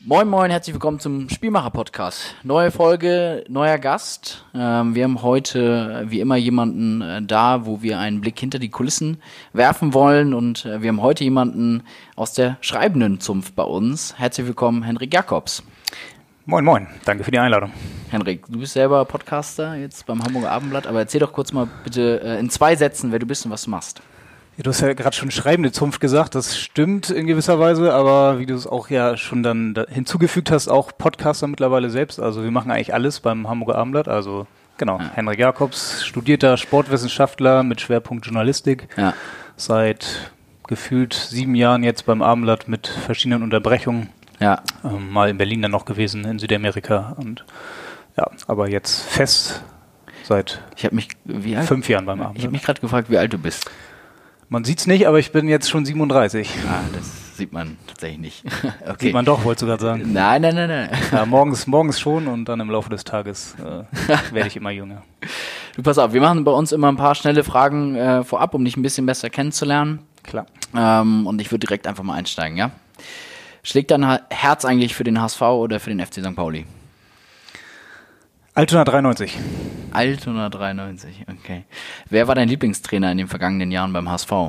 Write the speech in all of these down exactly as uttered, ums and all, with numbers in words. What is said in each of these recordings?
Moin Moin, herzlich willkommen zum Spielmacher-Podcast. Neue Folge, neuer Gast. Ähm, wir haben heute äh, wie immer jemanden äh, da, wo wir einen Blick hinter die Kulissen werfen wollen und äh, wir haben heute jemanden aus der schreibenden Zunft bei uns. Herzlich willkommen, Henrik Jacobs. Moin Moin, danke für die Einladung. Henrik, du bist selber Podcaster jetzt beim Hamburger Abendblatt, aber erzähl doch kurz mal bitte äh, in zwei Sätzen, wer du bist und was du machst. Ja, du hast ja gerade schon schreibende Zunft gesagt, das stimmt in gewisser Weise, aber wie du es auch ja schon dann da hinzugefügt hast, auch Podcaster mittlerweile selbst. Also wir machen eigentlich alles beim Hamburger Abendblatt. Also genau, ja. Henrik Jacobs, studierter Sportwissenschaftler mit Schwerpunkt Journalistik. Ja. Seit gefühlt sieben Jahren jetzt beim Abendblatt mit verschiedenen Unterbrechungen. Ja. Ähm, mal in Berlin dann noch gewesen, in Südamerika und ja, aber jetzt fest seit ich hab mich, wie alt? fünf Jahren beim Abendblatt. Ich habe mich gerade gefragt, wie alt du bist. Man sieht's nicht, aber ich bin jetzt schon siebenunddreißig. Ah, das sieht man tatsächlich nicht. Okay. Sieht man doch, wolltest du gerade sagen. Nein, nein, nein, nein. Ja, morgens, morgens schon und dann im Laufe des Tages äh, werde ich immer jünger. Du, pass auf, wir machen bei uns immer ein paar schnelle Fragen äh, vorab, um dich ein bisschen besser kennenzulernen. Klar. Ähm, und ich würde direkt einfach mal einsteigen, ja? Schlägt dein Herz eigentlich für den H S V oder für den F C Sankt Pauli? Altona dreiundneunzig. Altona dreiundneunzig, okay. Wer war dein Lieblingstrainer in den vergangenen Jahren beim H S V?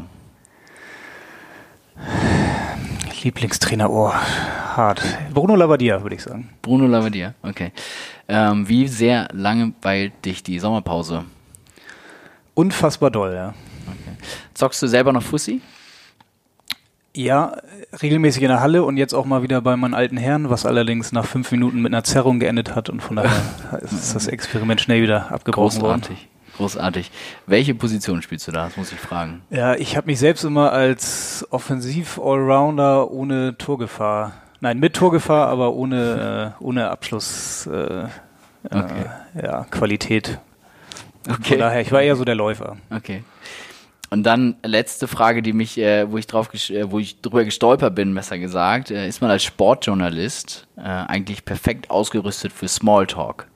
Lieblingstrainer, oh, hart. Bruno Labbadia, würde ich sagen. Bruno Labbadia, okay. Ähm, wie sehr langweilt dich die Sommerpause? Unfassbar doll, ja. Okay. Zockst du selber noch Fussi? Ja, regelmäßig in der Halle und jetzt auch mal wieder bei meinen alten Herren, was allerdings nach fünf Minuten mit einer Zerrung geendet hat und von daher ist das Experiment schnell wieder abgebrochen worden. Großartig, großartig. Welche Position spielst du da? Das muss ich fragen. Ja, ich habe mich selbst immer als Offensiv-Allrounder ohne Torgefahr, nein, mit Torgefahr, aber ohne, äh, ohne Abschluss, äh, okay. äh, ja, Qualität. Okay. Von daher, ich war eher so der Läufer. Okay. Und dann letzte Frage, die mich, äh, wo ich drauf, äh, wo ich drüber gestolpert bin, besser gesagt, äh, ist man als Sportjournalist äh, eigentlich perfekt ausgerüstet für Smalltalk?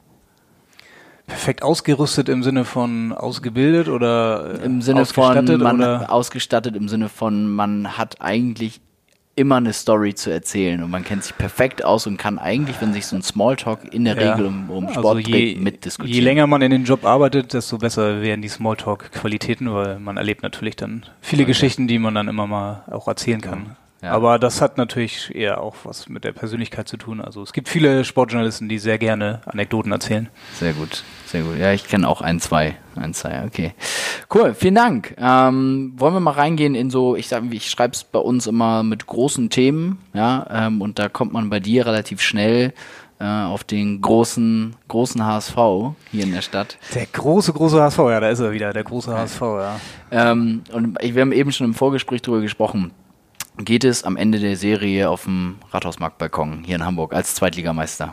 Perfekt ausgerüstet im Sinne von ausgebildet oder äh, im Sinne ausgestattet von man oder? Ausgestattet im Sinne von man hat eigentlich immer eine Story zu erzählen und man kennt sich perfekt aus und kann eigentlich, wenn sich so ein Smalltalk in der ja. Regel um, um Sport also je, dreht, mitdiskutieren. Je länger man in den Job arbeitet, desto besser werden die Smalltalk-Qualitäten, weil man erlebt natürlich dann viele okay. Geschichten, die man dann immer mal auch erzählen kann. Ja. Aber das hat natürlich eher auch was mit der Persönlichkeit zu tun. Also es gibt viele Sportjournalisten, die sehr gerne Anekdoten erzählen. Sehr gut, sehr gut. Ja, ich kenne auch ein, zwei. Ein, zwei, okay. Cool, vielen Dank. Ähm, wollen wir mal reingehen in so, ich sage, ich schreibe es bei uns immer mit großen Themen, ja, ähm, und da kommt man bei dir relativ schnell äh, auf den großen, großen H S V hier in der Stadt. Der große, große H S V, ja, da ist er wieder, der große H S V, ja. Ähm, und wir haben eben schon im Vorgespräch drüber gesprochen. Geht es am Ende der Serie auf dem Rathausmarktbalkon hier in Hamburg als Zweitligameister?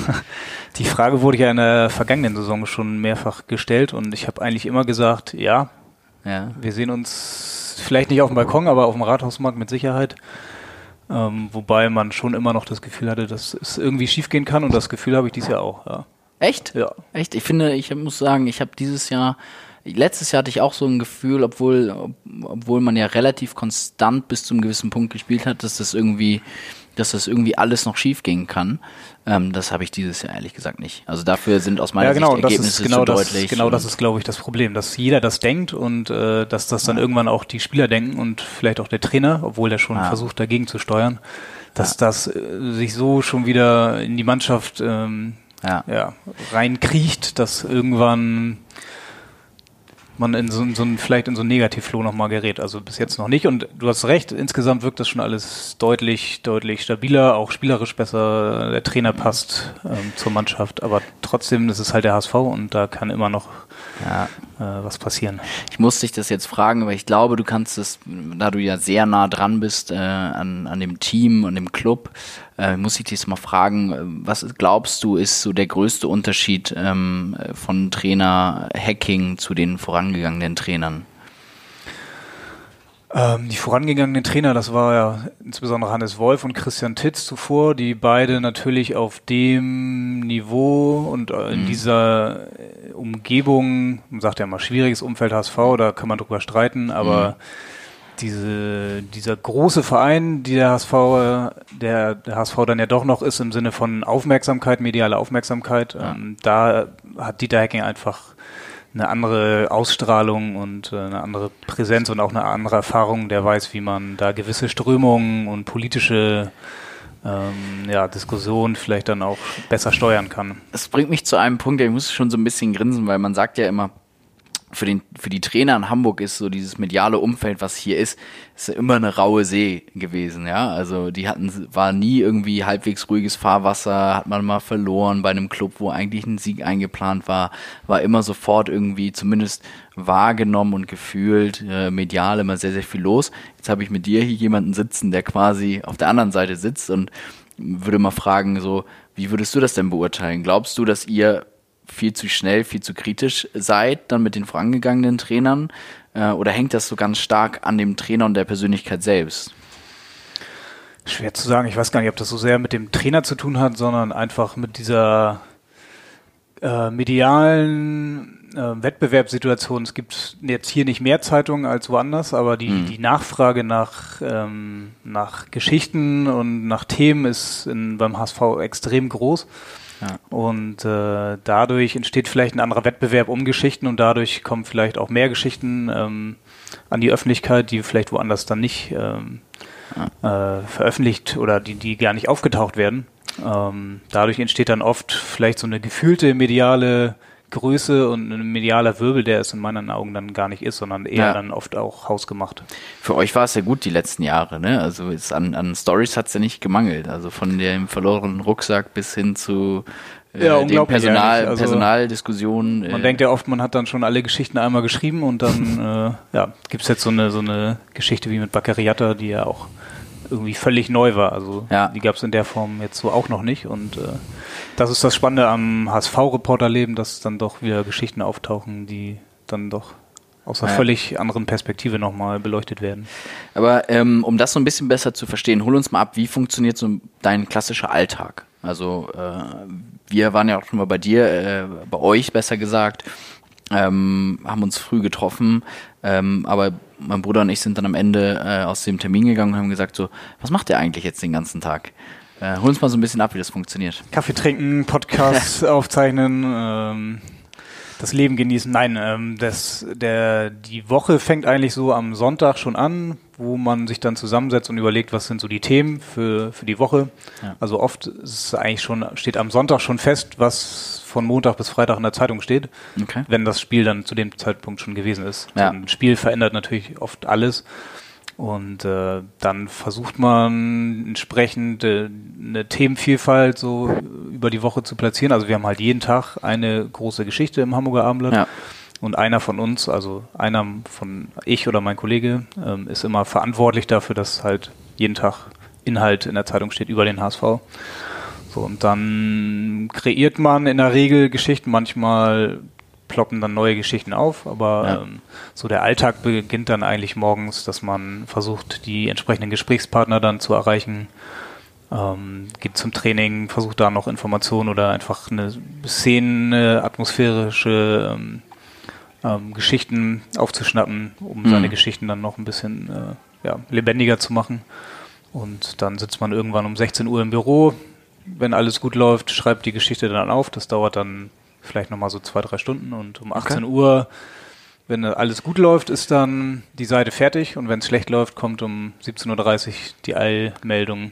Die Frage wurde ja in der vergangenen Saison schon mehrfach gestellt und ich habe eigentlich immer gesagt, ja, ja, wir sehen uns vielleicht nicht auf dem Balkon, aber auf dem Rathausmarkt mit Sicherheit. Ähm, wobei man schon immer noch das Gefühl hatte, dass es irgendwie schiefgehen kann und das Gefühl habe ich dieses Jahr auch. Ja. Echt? Ja. Echt? Ich finde, ich muss sagen, ich habe dieses Jahr Letztes Jahr hatte ich auch so ein Gefühl, obwohl, obwohl man ja relativ konstant bis zu einem gewissen Punkt gespielt hat, dass das irgendwie, dass das irgendwie alles noch schief gehen kann. Ähm, das habe ich dieses Jahr ehrlich gesagt nicht. Also dafür sind aus meiner ja, genau, Sicht Ergebnisse das ist genau zu das, deutlich. Genau das ist, glaube ich, das Problem, dass jeder das denkt und äh, dass das dann ja. irgendwann auch die Spieler denken und vielleicht auch der Trainer, obwohl der schon ja. versucht, dagegen zu steuern, dass ja. das äh, sich so schon wieder in die Mannschaft ähm, ja. Ja, reinkriecht, dass irgendwann man in so, in so ein, vielleicht in so ein Negativflow nochmal gerät. Also bis jetzt noch nicht. Und du hast recht, insgesamt wirkt das schon alles deutlich, deutlich stabiler, auch spielerisch besser. Der Trainer passt ähm, zur Mannschaft. Aber trotzdem, das ist halt der H S V und da kann immer noch ja. äh, was passieren. Ich muss dich das jetzt fragen, aber ich glaube, du kannst es, da du ja sehr nah dran bist äh, an, an dem Team und dem Club, äh, muss ich dich mal fragen, was glaubst du, ist so der größte Unterschied ähm, von Trainer Hacking zu den vorangegangenen Trainern? Ähm, die vorangegangenen Trainer, das war ja insbesondere Hannes Wolf und Christian Titz zuvor, die beide natürlich auf dem Niveau und äh, in mhm. dieser Umgebung, man sagt ja immer schwieriges Umfeld H S V, da kann man drüber streiten, aber diese, dieser große Verein, die der H S V, der, der H S V dann ja doch noch ist im Sinne von Aufmerksamkeit, mediale Aufmerksamkeit, ja. ähm, da hat Dieter Hecking einfach eine andere Ausstrahlung und äh, eine andere Präsenz und auch eine andere Erfahrung. Der weiß, wie man da gewisse Strömungen und politische ähm, ja, Diskussionen vielleicht dann auch besser steuern kann. Das bringt mich zu einem Punkt, ich muss schon so ein bisschen grinsen, weil man sagt ja immer, für den, für die Trainer in Hamburg ist so dieses mediale Umfeld, was hier ist, ist immer eine raue See gewesen, ja. Also die hatten, war nie irgendwie halbwegs ruhiges Fahrwasser, hat man mal verloren bei einem Club, wo eigentlich ein Sieg eingeplant war, war immer sofort irgendwie zumindest wahrgenommen und gefühlt, äh, medial immer sehr, sehr viel los. Jetzt habe ich mit dir hier jemanden sitzen, der quasi auf der anderen Seite sitzt und würde mal fragen, so, wie würdest du das denn beurteilen? Glaubst du, dass ihr viel zu schnell, viel zu kritisch seid, dann mit den vorangegangenen Trainern? Äh, oder hängt das so ganz stark an dem Trainer und der Persönlichkeit selbst? Schwer zu sagen. Ich weiß gar nicht, ob das so sehr mit dem Trainer zu tun hat, sondern einfach mit dieser äh, medialen äh, Wettbewerbssituation. Es gibt jetzt hier nicht mehr Zeitungen als woanders, aber die, mhm. die Nachfrage nach, ähm, nach Geschichten und nach Themen ist in, beim H S V extrem groß. Ja. Und äh, dadurch entsteht vielleicht ein anderer Wettbewerb um Geschichten und dadurch kommen vielleicht auch mehr Geschichten ähm, an die Öffentlichkeit, die vielleicht woanders dann nicht ähm, ja. äh, veröffentlicht oder die, die gar nicht aufgetaucht werden. Ähm, dadurch entsteht dann oft vielleicht so eine gefühlte mediale Größe und ein medialer Wirbel, der es in meinen Augen dann gar nicht ist, sondern eher ja. dann oft auch hausgemacht. Für euch war es ja gut die letzten Jahre, ne? Also jetzt an, an Stories hat es ja nicht gemangelt. Also von dem verlorenen Rucksack bis hin zu äh, ja, den Personal, also Personaldiskussionen. Man äh. denkt ja oft, man hat dann schon alle Geschichten einmal geschrieben und dann äh, ja, gibt es jetzt so eine, so eine Geschichte wie mit Baccariata, die ja auch irgendwie völlig neu war. Also ja. die gab es in der Form jetzt so auch noch nicht und äh, das ist das Spannende am H S V-Reporterleben, dass dann doch wieder Geschichten auftauchen, die dann doch aus einer ja. völlig anderen Perspektive nochmal beleuchtet werden. Aber ähm, um das so ein bisschen besser zu verstehen, hol uns mal ab, wie funktioniert so dein klassischer Alltag? Also äh, wir waren ja auch schon mal bei dir, äh, bei euch besser gesagt, ähm, haben uns früh getroffen, ähm, aber mein Bruder und ich sind dann am Ende äh, aus dem Termin gegangen und haben gesagt so, was macht ihr eigentlich jetzt den ganzen Tag? Äh, hol uns mal so ein bisschen ab, wie das funktioniert. Kaffee trinken, Podcast aufzeichnen, ähm, das Leben genießen. Nein, ähm, das, der, die Woche fängt eigentlich so am Sonntag schon an, wo man sich dann zusammensetzt und überlegt, was sind so die Themen für, für die Woche. Ja. Also oft ist es eigentlich schon, steht am Sonntag schon fest, was von Montag bis Freitag in der Zeitung steht, okay. wenn das Spiel dann zu dem Zeitpunkt schon gewesen ist. Ja. So ein Spiel verändert natürlich oft alles. Und äh, dann versucht man entsprechend äh, eine Themenvielfalt so über die Woche zu platzieren. Also wir haben halt jeden Tag eine große Geschichte im Hamburger Abendblatt. Ja. Und einer von uns, also einer von ich oder mein Kollege, ähm, ist immer verantwortlich dafür, dass halt jeden Tag Inhalt in der Zeitung steht über den H S V. So, und dann kreiert man in der Regel Geschichten, manchmal ploppen dann neue Geschichten auf, aber ja. ähm, so der Alltag beginnt dann eigentlich morgens, dass man versucht, die entsprechenden Gesprächspartner dann zu erreichen, ähm, geht zum Training, versucht da noch Informationen oder einfach eine Szenen, eine atmosphärische ähm, ähm, Geschichten aufzuschnappen, um mhm. seine Geschichten dann noch ein bisschen äh, ja, lebendiger zu machen. Und dann sitzt man irgendwann um sechzehn Uhr im Büro, wenn alles gut läuft, schreibt die Geschichte dann auf, das dauert dann vielleicht nochmal so zwei, drei Stunden und um achtzehn okay. Uhr, wenn alles gut läuft, ist dann die Seite fertig und wenn es schlecht läuft, kommt um siebzehn Uhr dreißig die Eilmeldung,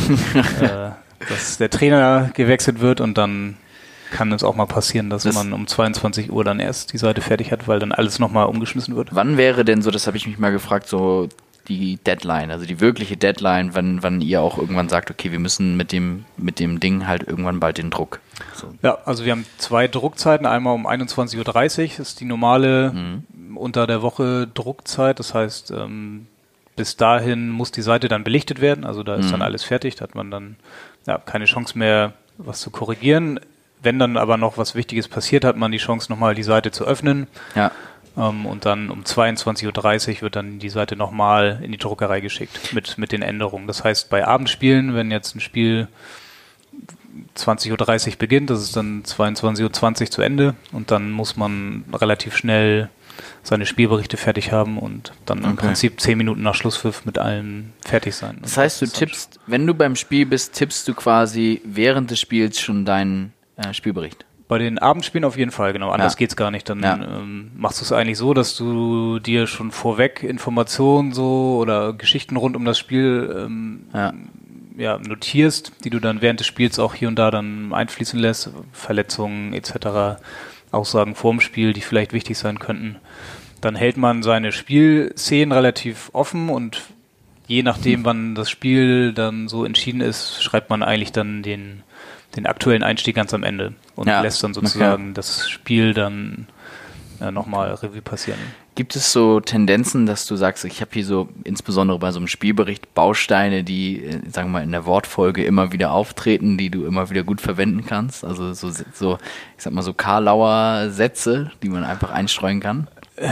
äh, dass der Trainer gewechselt wird und dann kann es auch mal passieren, dass das man um zweiundzwanzig Uhr dann erst die Seite fertig hat, weil dann alles nochmal umgeschmissen wird. Wann wäre denn so, das habe ich mich mal gefragt, so die Deadline, also die wirkliche Deadline, wann, wann ihr auch irgendwann sagt, okay, wir müssen mit dem, mit dem Ding halt irgendwann bald den Druck. So. Ja, also wir haben zwei Druckzeiten, einmal um einundzwanzig Uhr dreißig, das ist die normale mhm. unter der Woche Druckzeit, das heißt, ähm, bis dahin muss die Seite dann belichtet werden, also da ist mhm. dann alles fertig, da hat man dann ja, keine Chance mehr, was zu korrigieren. Wenn dann aber noch was Wichtiges passiert, hat man die Chance, nochmal die Seite zu öffnen. Ja. Um, und dann um zweiundzwanzig Uhr dreißig wird dann die Seite nochmal in die Druckerei geschickt mit, mit den Änderungen. Das heißt, bei Abendspielen, wenn jetzt ein Spiel zwanzig Uhr dreißig beginnt, das ist dann zweiundzwanzig Uhr zwanzig zu Ende und dann muss man relativ schnell seine Spielberichte fertig haben und dann okay. im Prinzip zehn Minuten nach Schlusspfiff mit allem fertig sein. Das heißt, das du tippst, wenn du beim Spiel bist, tippst du quasi während des Spiels schon deinen äh, Spielbericht? Bei den Abendspielen auf jeden Fall, genau. Anders ja. geht's gar nicht. Dann ja. ähm, machst du es eigentlich so, dass du dir schon vorweg Informationen so oder Geschichten rund um das Spiel ähm, ja. Ja, notierst, die du dann während des Spiels auch hier und da dann einfließen lässt. Verletzungen et cetera, Aussagen vorm Spiel, die vielleicht wichtig sein könnten. Dann hält man seine Spielszenen relativ offen und je nachdem, wann das Spiel dann so entschieden ist, schreibt man eigentlich dann den den aktuellen Einstieg ganz am Ende und ja, lässt dann sozusagen okay. das Spiel dann ja, nochmal Revue passieren. Gibt es so Tendenzen, dass du sagst, ich habe hier so insbesondere bei so einem Spielbericht Bausteine, die, sagen wir mal, in der Wortfolge immer wieder auftreten, die du immer wieder gut verwenden kannst? Also so, so ich sag mal so Karlauer Sätze, die man einfach einstreuen kann?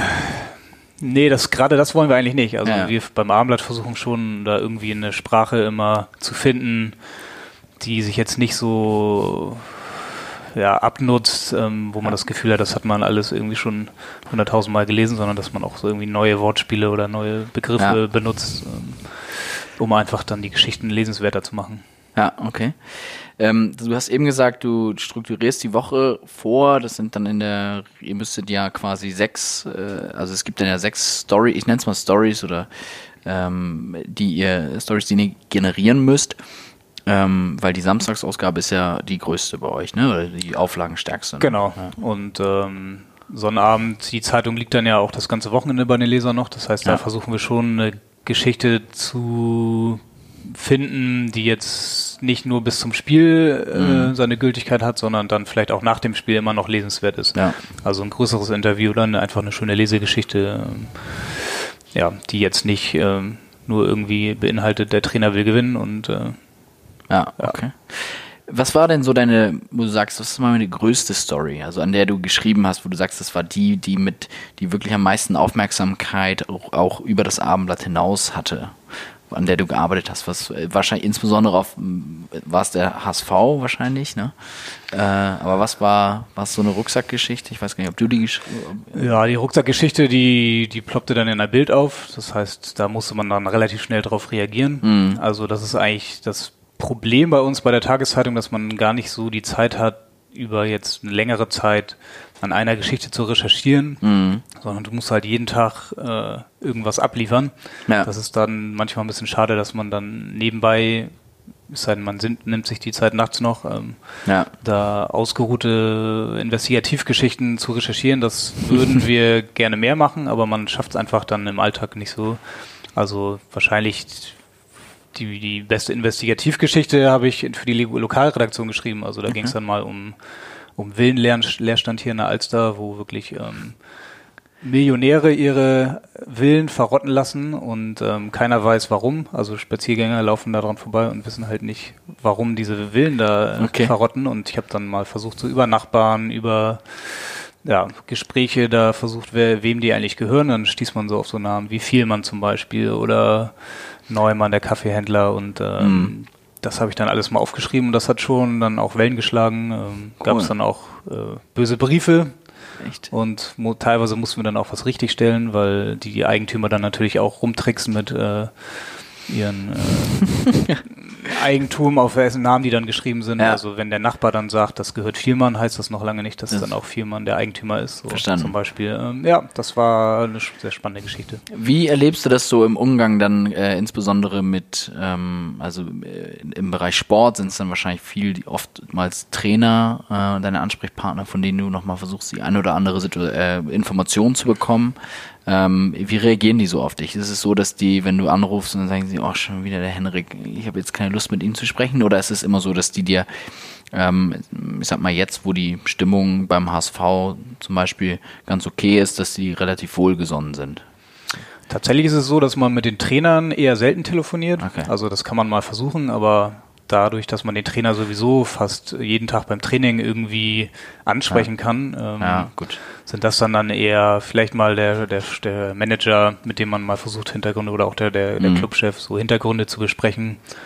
Nee, das gerade das wollen wir eigentlich nicht. Also ja. wir beim Abendblatt versuchen schon, da irgendwie eine Sprache immer zu finden, die sich jetzt nicht so ja, abnutzt, ähm, wo man das Gefühl hat, das hat man alles irgendwie schon hunderttausend Mal gelesen, sondern dass man auch so irgendwie neue Wortspiele oder neue Begriffe ja. benutzt, ähm, um einfach dann die Geschichten lesenswerter zu machen. Ja, okay. Ähm, du hast eben gesagt, du strukturierst die Woche vor, das sind dann in der, ihr müsstet ja quasi sechs, äh, also es gibt dann ja sechs Story, ich nenne es mal Stories oder ähm, die ihr, Stories, die ihr generieren müsst. Ähm, weil die Samstagsausgabe ist ja die größte bei euch, ne? Oder die auflagenstärkste. Ne? Genau. Ja. Und ähm, Sonnabend, die Zeitung liegt dann ja auch das ganze Wochenende bei den Lesern noch. Das heißt, ja. da versuchen wir schon eine Geschichte zu finden, die jetzt nicht nur bis zum Spiel äh, mhm. seine Gültigkeit hat, sondern dann vielleicht auch nach dem Spiel immer noch lesenswert ist. Ja. Also ein größeres Interview, dann einfach eine schöne Lesegeschichte, äh, ja, die jetzt nicht äh, nur irgendwie beinhaltet, der Trainer will gewinnen und äh, Ja, okay. Was war denn so deine, wo du sagst, was ist mal die größte Story, also an der du geschrieben hast, wo du sagst, das war die, die mit, die wirklich am meisten Aufmerksamkeit auch, auch über das Abendblatt hinaus hatte, an der du gearbeitet hast, was wahrscheinlich insbesondere auf, war es der H S V wahrscheinlich, ne? Äh, aber was war, war es so eine Rucksackgeschichte? Ich weiß gar nicht, ob du die geschrieben hast. Ja, die Rucksackgeschichte, die, die ploppte dann in ein Bild auf, das heißt, da musste man dann relativ schnell drauf reagieren. Mhm. Also das ist eigentlich das Problem bei uns bei der Tageszeitung, dass man gar nicht so die Zeit hat, über jetzt eine längere Zeit an einer Geschichte zu recherchieren, mhm. sondern du musst halt jeden Tag äh, irgendwas abliefern. Ja. Das ist dann manchmal ein bisschen schade, dass man dann nebenbei, es sei denn, man sind, nimmt sich die Zeit nachts noch, ähm, ja. da ausgeruhte Investigativgeschichten zu recherchieren. Das würden wir gerne mehr machen, aber man schafft es einfach dann im Alltag nicht so. Also wahrscheinlich Die, die beste Investigativgeschichte habe ich für die Lokalredaktion geschrieben. Also da mhm. ging es dann mal um, um Villenleerstand hier in der Alster, wo wirklich ähm, Millionäre ihre Villen verrotten lassen und ähm, keiner weiß warum. Also Spaziergänger laufen da dran vorbei und wissen halt nicht, warum diese Villen da okay. verrotten. Und ich habe dann mal versucht, so über Nachbarn, über ja, Gespräche da versucht, wer, wem die eigentlich gehören. Dann stieß man so auf so Namen wie Vielmann zum Beispiel oder Neumann, der Kaffeehändler und ähm, mm. das habe ich dann alles mal aufgeschrieben und das hat schon dann auch Wellen geschlagen. Ähm, cool. Gab es dann auch äh, böse Briefe. Echt? Und mo- teilweise mussten wir dann auch was richtigstellen, weil die, die Eigentümer dann natürlich auch rumtricksen mit äh, ihren äh, Eigentum, auf wessen Namen die dann geschrieben sind. Ja. Also wenn der Nachbar dann sagt, das gehört Vielmann, heißt das noch lange nicht, dass das dann auch Vielmann der Eigentümer ist. So Verstanden. Zum Beispiel. Ähm, ja, das war eine sehr spannende Geschichte. Wie erlebst du das so im Umgang dann äh, insbesondere mit, ähm, also äh, im Bereich Sport sind es dann wahrscheinlich viel, oftmals Trainer, äh, deine Ansprechpartner, von denen du nochmal versuchst, die eine oder andere Situ- äh, Information zu bekommen. Ähm, wie reagieren die so auf dich? Ist es so, dass die, wenn du anrufst und dann sagen sie, oh, schon wieder der Henrik, ich habe jetzt keine Lust mit ihm zu sprechen? Oder ist es immer so, dass die dir, ähm, ich sag mal jetzt, wo die Stimmung beim H S V zum Beispiel ganz okay ist, dass die relativ wohlgesonnen sind? Tatsächlich ist es so, dass man mit den Trainern eher selten telefoniert. Okay. Also das kann man mal versuchen, aber dadurch, dass man den Trainer sowieso fast jeden Tag beim Training irgendwie ansprechen ja. kann, ähm, ja, gut. sind das dann dann eher vielleicht mal der, der, der Manager, mit dem man mal versucht, Hintergründe oder auch der, der, der mhm. Clubchef, so Hintergründe zu besprechen.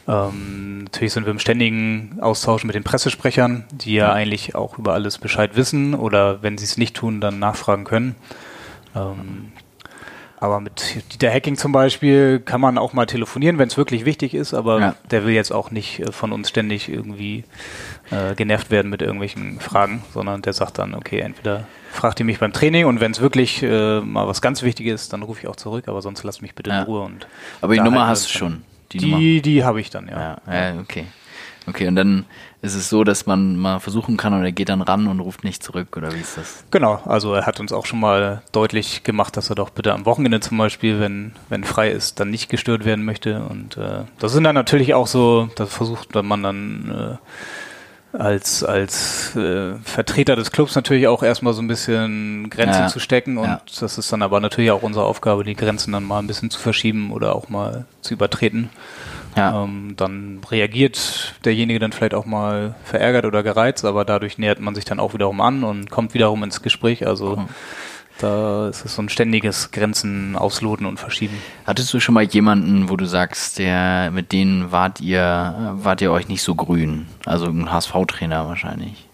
Ähm, natürlich sind wir im ständigen Austausch mit den Pressesprechern, die ja, ja eigentlich auch über alles Bescheid wissen oder wenn sie es nicht tun, dann nachfragen können. Ähm, aber mit Dieter Hecking zum Beispiel kann man auch mal telefonieren, wenn es wirklich wichtig ist, aber ja. der will jetzt auch nicht äh, von uns ständig irgendwie äh, genervt werden mit irgendwelchen Fragen, sondern der sagt dann, okay, entweder fragt ihr mich beim Training und wenn es wirklich äh, mal was ganz Wichtiges ist, dann rufe ich auch zurück, aber sonst lasst mich bitte in ja. Ruhe. Und aber die Nummer hast du schon? Die, die, die habe ich dann, ja. ja. Ja, okay. Okay, und dann ist es so, dass man mal versuchen kann und er geht dann ran und ruft nicht zurück, oder wie ist das? Genau, also er hat uns auch schon mal deutlich gemacht, dass er doch bitte am Wochenende zum Beispiel, wenn wenn frei ist, dann nicht gestört werden möchte. Und äh, das sind dann natürlich auch so, da versucht man dann äh, als als äh, Vertreter des Clubs natürlich auch erstmal so ein bisschen Grenzen ja. zu stecken. Und ja. das ist dann aber natürlich auch unsere Aufgabe, die Grenzen dann mal ein bisschen zu verschieben oder auch mal zu übertreten. Ja. Ähm, dann reagiert derjenige dann vielleicht auch mal verärgert oder gereizt, aber dadurch nähert man sich dann auch wiederum an und kommt wiederum ins Gespräch. Also mhm. da ist es so ein ständiges Grenzen ausloten und verschieben. Hattest du schon mal jemanden, wo du sagst, der mit denen wart ihr, wart ihr euch nicht so grün? Also ein H S V-Trainer wahrscheinlich.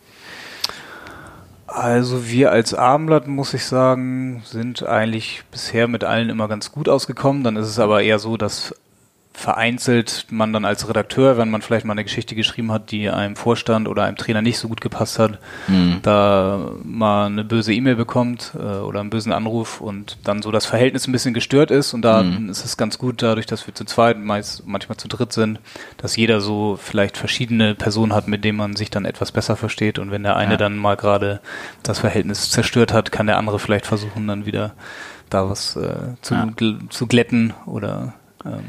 Also wir als Abendblatt, muss ich sagen, sind eigentlich bisher mit allen immer ganz gut ausgekommen. Dann ist es aber eher so, dass vereinzelt man dann als Redakteur, wenn man vielleicht mal eine Geschichte geschrieben hat, die einem Vorstand oder einem Trainer nicht so gut gepasst hat, mhm. da mal eine böse E-Mail bekommt äh, oder einen bösen Anruf und dann so das Verhältnis ein bisschen gestört ist und da mhm. ist es ganz gut dadurch, dass wir zu zweit, meist, manchmal zu dritt sind, dass jeder so vielleicht verschiedene Personen hat, mit denen man sich dann etwas besser versteht und wenn der eine ja. dann mal gerade das Verhältnis zerstört hat, kann der andere vielleicht versuchen, dann wieder da was äh, zu, ja. gl- zu glätten oder ähm,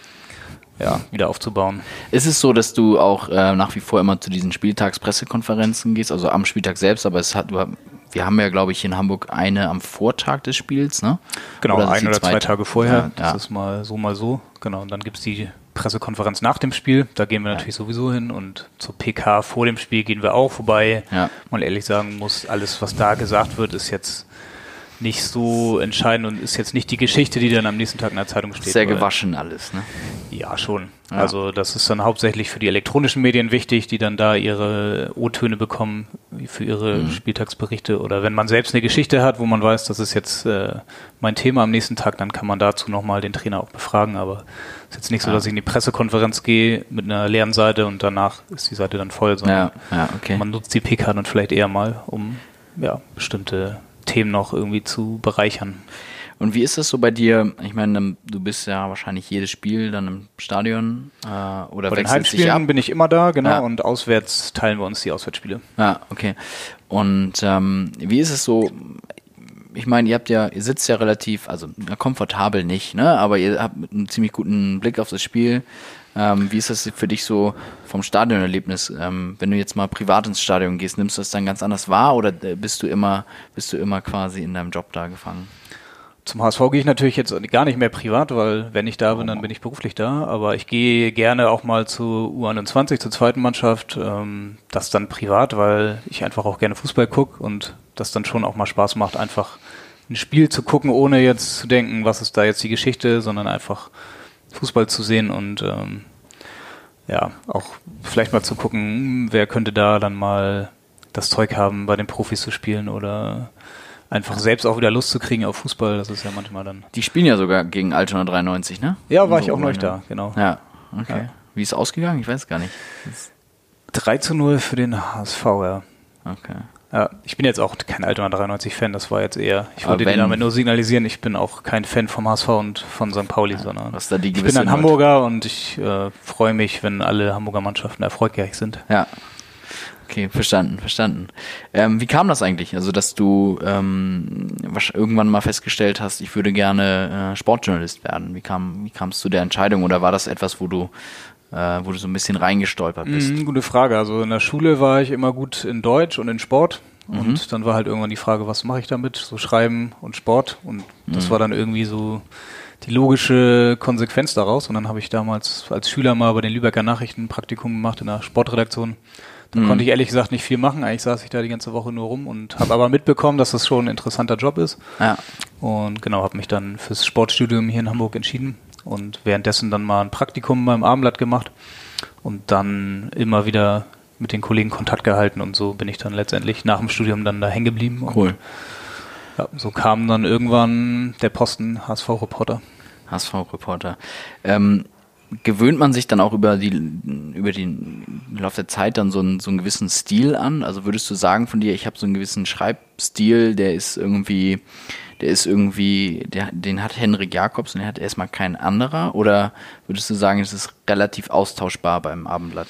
ja, wieder aufzubauen. Ist es so, dass du auch äh, nach wie vor immer zu diesen Spieltagspressekonferenzen gehst, also am Spieltag selbst, aber es hat, du, wir haben ja, glaube ich, in Hamburg eine am Vortag des Spiels, ne? Genau, oder ein oder zwei Tage vorher, ja, das ja. ist mal so, mal so, genau, und dann gibt es die Pressekonferenz nach dem Spiel, da gehen wir ja. natürlich sowieso hin und zur P K vor dem Spiel gehen wir auch, wobei ja. man ehrlich sagen muss, alles, was da gesagt wird, ist jetzt nicht so entscheidend und ist jetzt nicht die Geschichte, die dann am nächsten Tag in der Zeitung steht. Sehr gewaschen alles, ne? Ja, schon. Ja. Also das ist dann hauptsächlich für die elektronischen Medien wichtig, die dann da ihre O-Töne bekommen für ihre mhm. Spieltagsberichte. Oder wenn man selbst eine Geschichte hat, wo man weiß, das ist jetzt äh, mein Thema am nächsten Tag, dann kann man dazu nochmal den Trainer auch befragen. Aber es ist jetzt nicht so, ja. dass ich in die Pressekonferenz gehe mit einer leeren Seite und danach ist die Seite dann voll, sondern ja. Ja, okay. man nutzt die P K dann vielleicht eher mal, um ja, bestimmte Themen noch irgendwie zu bereichern. Und wie ist das so bei dir? Ich meine, du bist ja wahrscheinlich jedes Spiel dann im Stadion äh, oder bei den Heimspielen bin ich immer da, genau, ja. und auswärts teilen wir uns die Auswärtsspiele. Ja, okay. Und ähm, wie ist es so? Ich meine, ihr habt ja, ihr sitzt ja relativ, also komfortabel nicht, ne? Aber ihr habt einen ziemlich guten Blick auf das Spiel. Ähm, wie ist das für dich so vom Stadionerlebnis? Ähm, wenn du jetzt mal privat ins Stadion gehst, nimmst du das dann ganz anders wahr oder bist du immer, bist du immer quasi in deinem Job da gefangen? Zum H S V gehe ich natürlich jetzt gar nicht mehr privat, weil wenn ich da bin, dann bin ich beruflich da. Aber ich gehe gerne auch mal zu U einundzwanzig, zur zweiten Mannschaft. Ähm, das dann privat, weil ich einfach auch gerne Fußball gucke und das dann schon auch mal Spaß macht, einfach ein Spiel zu gucken, ohne jetzt zu denken, was ist da jetzt die Geschichte, sondern einfach Fußball zu sehen und ähm, ja, auch vielleicht mal zu gucken, wer könnte da dann mal das Zeug haben, bei den Profis zu spielen oder einfach selbst auch wieder Lust zu kriegen auf Fußball, das ist ja manchmal dann... Die spielen ja sogar gegen Altona dreiundneunzig, ne? Ja, war ich auch neulich da, genau. Ja, okay. Ja. Wie ist es ausgegangen? Ich weiß gar nicht. drei zu null für den H S V, ja. Okay. Ja, ich bin jetzt auch kein Altona dreiundneunzig-Fan, das war jetzt eher, ich wollte dir damit nur signalisieren, ich bin auch kein Fan vom H S V und von Sankt Pauli, ja, sondern was da die ich bin ein Hamburger und ich äh, freue mich, wenn alle Hamburger Mannschaften erfolgreich sind. Ja, okay, verstanden, verstanden. Ähm, wie kam das eigentlich? Also, dass du ähm, irgendwann mal festgestellt hast, ich würde gerne äh, Sportjournalist werden. Wie kam, wie kamst du zu der Entscheidung oder war das etwas, wo du wo du so ein bisschen reingestolpert bist? Mhm, gute Frage. Also in der Schule war ich immer gut in Deutsch und in Sport. Mhm. Und dann war halt irgendwann die Frage, was mache ich damit? So Schreiben und Sport. Und das mhm. war dann irgendwie so die logische Konsequenz daraus. Und dann habe ich damals als Schüler mal bei den Lübecker Nachrichten ein Praktikum gemacht in der Sportredaktion. Da mhm. konnte ich ehrlich gesagt nicht viel machen. Eigentlich saß ich da die ganze Woche nur rum und habe aber mitbekommen, dass das schon ein interessanter Job ist. Ja. Und genau, habe mich dann fürs Sportstudium hier in Hamburg entschieden. und währenddessen dann mal ein Praktikum beim Abendblatt gemacht und dann immer wieder mit den Kollegen Kontakt gehalten und so bin ich dann letztendlich nach dem Studium dann da hängen geblieben. Cool. Und, ja, so kam dann irgendwann der Posten H S V-Reporter. H S V-Reporter. Ähm, gewöhnt man sich dann auch über die über den Lauf der Zeit dann so einen, so einen gewissen Stil an? Also würdest du sagen von dir, ich habe so einen gewissen Schreibstil, der ist irgendwie, der ist irgendwie, der, den hat Henrik Jacobs und den hat erstmal kein anderer? Oder würdest du sagen, es ist relativ austauschbar beim Abendblatt?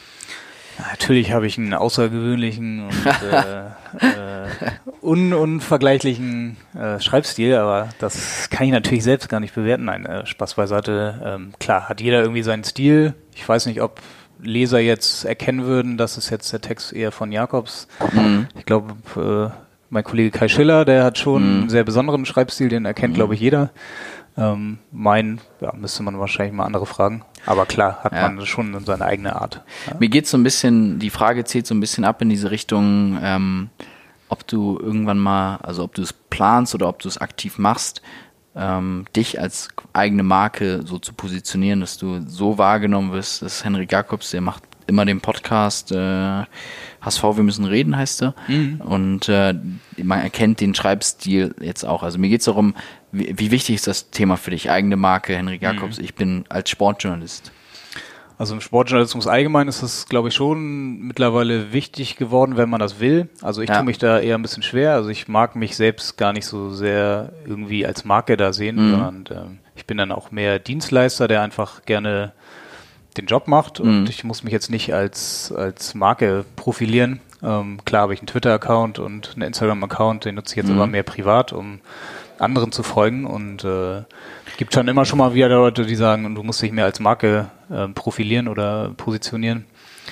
Ja, natürlich habe ich einen außergewöhnlichen und äh, äh, un unvergleichlichen äh, Schreibstil, aber das kann ich natürlich selbst gar nicht bewerten. Nein, äh, Spaß beiseite. Ähm, klar, hat jeder irgendwie seinen Stil. Ich weiß nicht, ob Leser jetzt erkennen würden, dass es jetzt der Text eher von Jakobs. Mhm. Ich glaube, äh, mein Kollege Kai Schiller, der hat schon mhm. einen sehr besonderen Schreibstil, den erkennt, mhm. glaube ich, jeder. Ähm, mein, ja, müsste man wahrscheinlich mal andere fragen. Aber klar, hat ja. man schon seine eigene Art. Ja? Mir geht so ein bisschen, die Frage zählt so ein bisschen ab in diese Richtung, ähm, ob du irgendwann mal, also ob du es planst oder ob du es aktiv machst, ähm, dich als eigene Marke so zu positionieren, dass du so wahrgenommen wirst, dass Henrik Jacobs, der macht immer den Podcast äh, H S V, wir müssen reden, heißt er. Mhm. Und äh, man erkennt den Schreibstil jetzt auch. Also mir geht es darum, wie, wie wichtig ist das Thema für dich? Eigene Marke, Henrik Jacobs, mhm. ich bin als Sportjournalist. Also im Sportjournalismus allgemein ist das, glaube ich, schon mittlerweile wichtig geworden, wenn man das will. Also ich ja. tue mich da eher ein bisschen schwer. Also ich mag mich selbst gar nicht so sehr irgendwie als Marke da sehen, mhm. sondern äh, ich bin dann auch mehr Dienstleister, der einfach gerne den Job macht und mhm. ich muss mich jetzt nicht als als Marke profilieren. Ähm, klar habe ich einen Twitter-Account und einen Instagram-Account, den nutze ich jetzt mhm. aber mehr privat, um anderen zu folgen und äh, gibt dann immer schon mal wieder Leute, die sagen, du musst dich mehr als Marke äh, profilieren oder positionieren.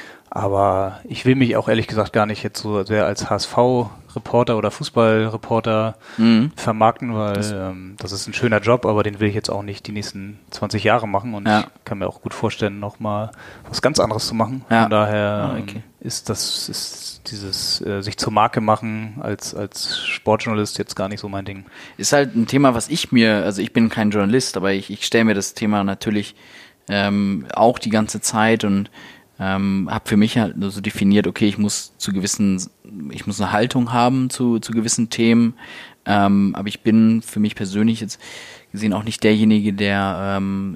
Aber ich will mich auch ehrlich gesagt gar nicht jetzt so sehr als H S V-Reporter oder Fußball-Reporter mhm. vermarkten, weil das, ähm, das ist ein schöner Job, aber den will ich jetzt auch nicht die nächsten zwanzig Jahre machen und ja. ich kann mir auch gut vorstellen, nochmal was ganz anderes zu machen. Ja. Von daher ähm, okay. ist das ist dieses äh, sich zur Marke machen als als Sportjournalist jetzt gar nicht so mein Ding. Ist halt ein Thema, was ich mir, also ich bin kein Journalist, aber ich, ich stelle mir das Thema natürlich ähm, auch die ganze Zeit und Ähm, habe für mich halt so definiert, okay, ich muss zu gewissen, ich muss eine Haltung haben zu, zu gewissen Themen, ähm, aber ich bin für mich persönlich jetzt gesehen auch nicht derjenige, der ähm,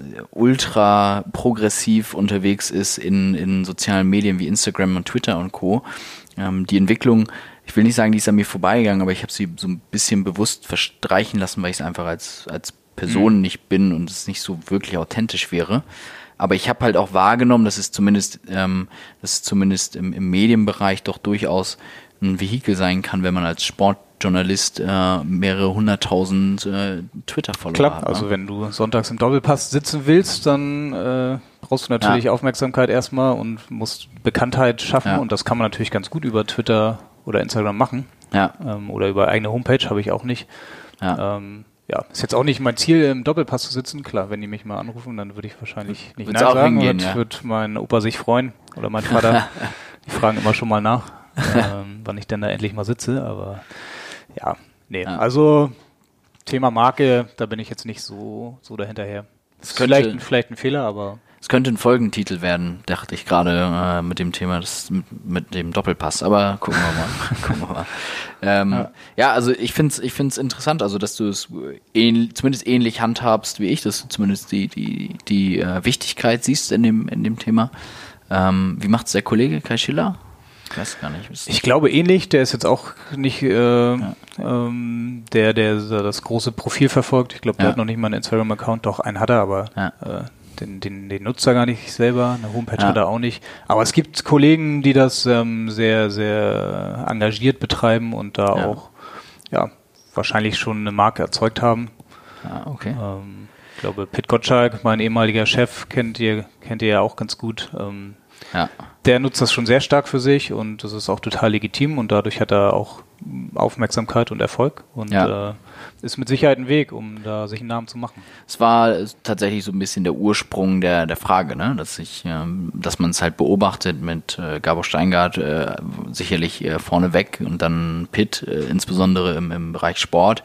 ultra progressiv unterwegs ist in, in sozialen Medien wie Instagram und Twitter und Co. Ähm, die Entwicklung, ich will nicht sagen, die ist an mir vorbeigegangen, aber ich habe sie so ein bisschen bewusst verstreichen lassen, weil ich es einfach als, als Person mhm. nicht bin und es nicht so wirklich authentisch wäre. Aber ich habe halt auch wahrgenommen, dass es zumindest, ähm, dass es zumindest im, im Medienbereich doch durchaus ein Vehikel sein kann, wenn man als Sportjournalist äh, mehrere hunderttausend äh, Twitter-Follower Klar, hat. Klar, also ne? wenn du sonntags im Doppelpass sitzen willst, dann äh, brauchst du natürlich ja. Aufmerksamkeit erstmal und musst Bekanntheit schaffen ja. und das kann man natürlich ganz gut über Twitter oder Instagram machen. Ja. Ähm, oder über eigene Homepage, habe ich auch nicht. Ja. Ähm, Ja, ist jetzt auch nicht mein Ziel, im Doppelpass zu sitzen. Klar, wenn die mich mal anrufen, dann würde ich wahrscheinlich nicht Nein sagen. Und ja. würde mein Opa sich freuen oder mein Vater. Die fragen immer schon mal nach, ähm, wann ich denn da endlich mal sitze. Aber ja, nee. Ja. Also Thema Marke, da bin ich jetzt nicht so, so dahinterher. Das ist vielleicht, ein, vielleicht ein Fehler, aber... Es könnte ein Folgentitel werden, dachte ich gerade äh, mit dem Thema, das mit, mit dem Doppelpass. Aber gucken wir mal. gucken wir mal. Ähm, ja. ja, also ich finde es ich find's interessant, also dass du es ähn, zumindest ähnlich handhabst wie ich, dass du zumindest die, die, die äh, Wichtigkeit siehst in dem, in dem Thema. Ähm, wie macht es der Kollege Kai Schiller? Ich weiß gar nicht. Ich glaube ähnlich, der ist jetzt auch nicht äh, ja. ähm, der, der das große Profil verfolgt. Ich glaube, der ja. hat noch nicht mal einen Instagram-Account, doch einen hat er, aber ja. äh, Den, den, den nutzt er gar nicht selber, eine Homepage ja. hat er auch nicht. Aber es gibt Kollegen, die das ähm, sehr, sehr engagiert betreiben und da ja. auch ja wahrscheinlich schon eine Marke erzeugt haben. Ah, okay. Ähm, ich glaube, Pit Gottschalk, mein ehemaliger Chef, kennt ihr, kennt ihr ja auch ganz gut. Ähm, ja. Der nutzt das schon sehr stark für sich und das ist auch total legitim und dadurch hat er auch Aufmerksamkeit und Erfolg und ja. äh, ist mit Sicherheit ein Weg, um da sich einen Namen zu machen. Es war tatsächlich so ein bisschen der Ursprung der, der Frage, ne? dass ich, ähm, dass man es halt beobachtet mit äh, Gabor Steingart äh, sicherlich äh, vorneweg und dann Pitt, äh, insbesondere im, im Bereich Sport.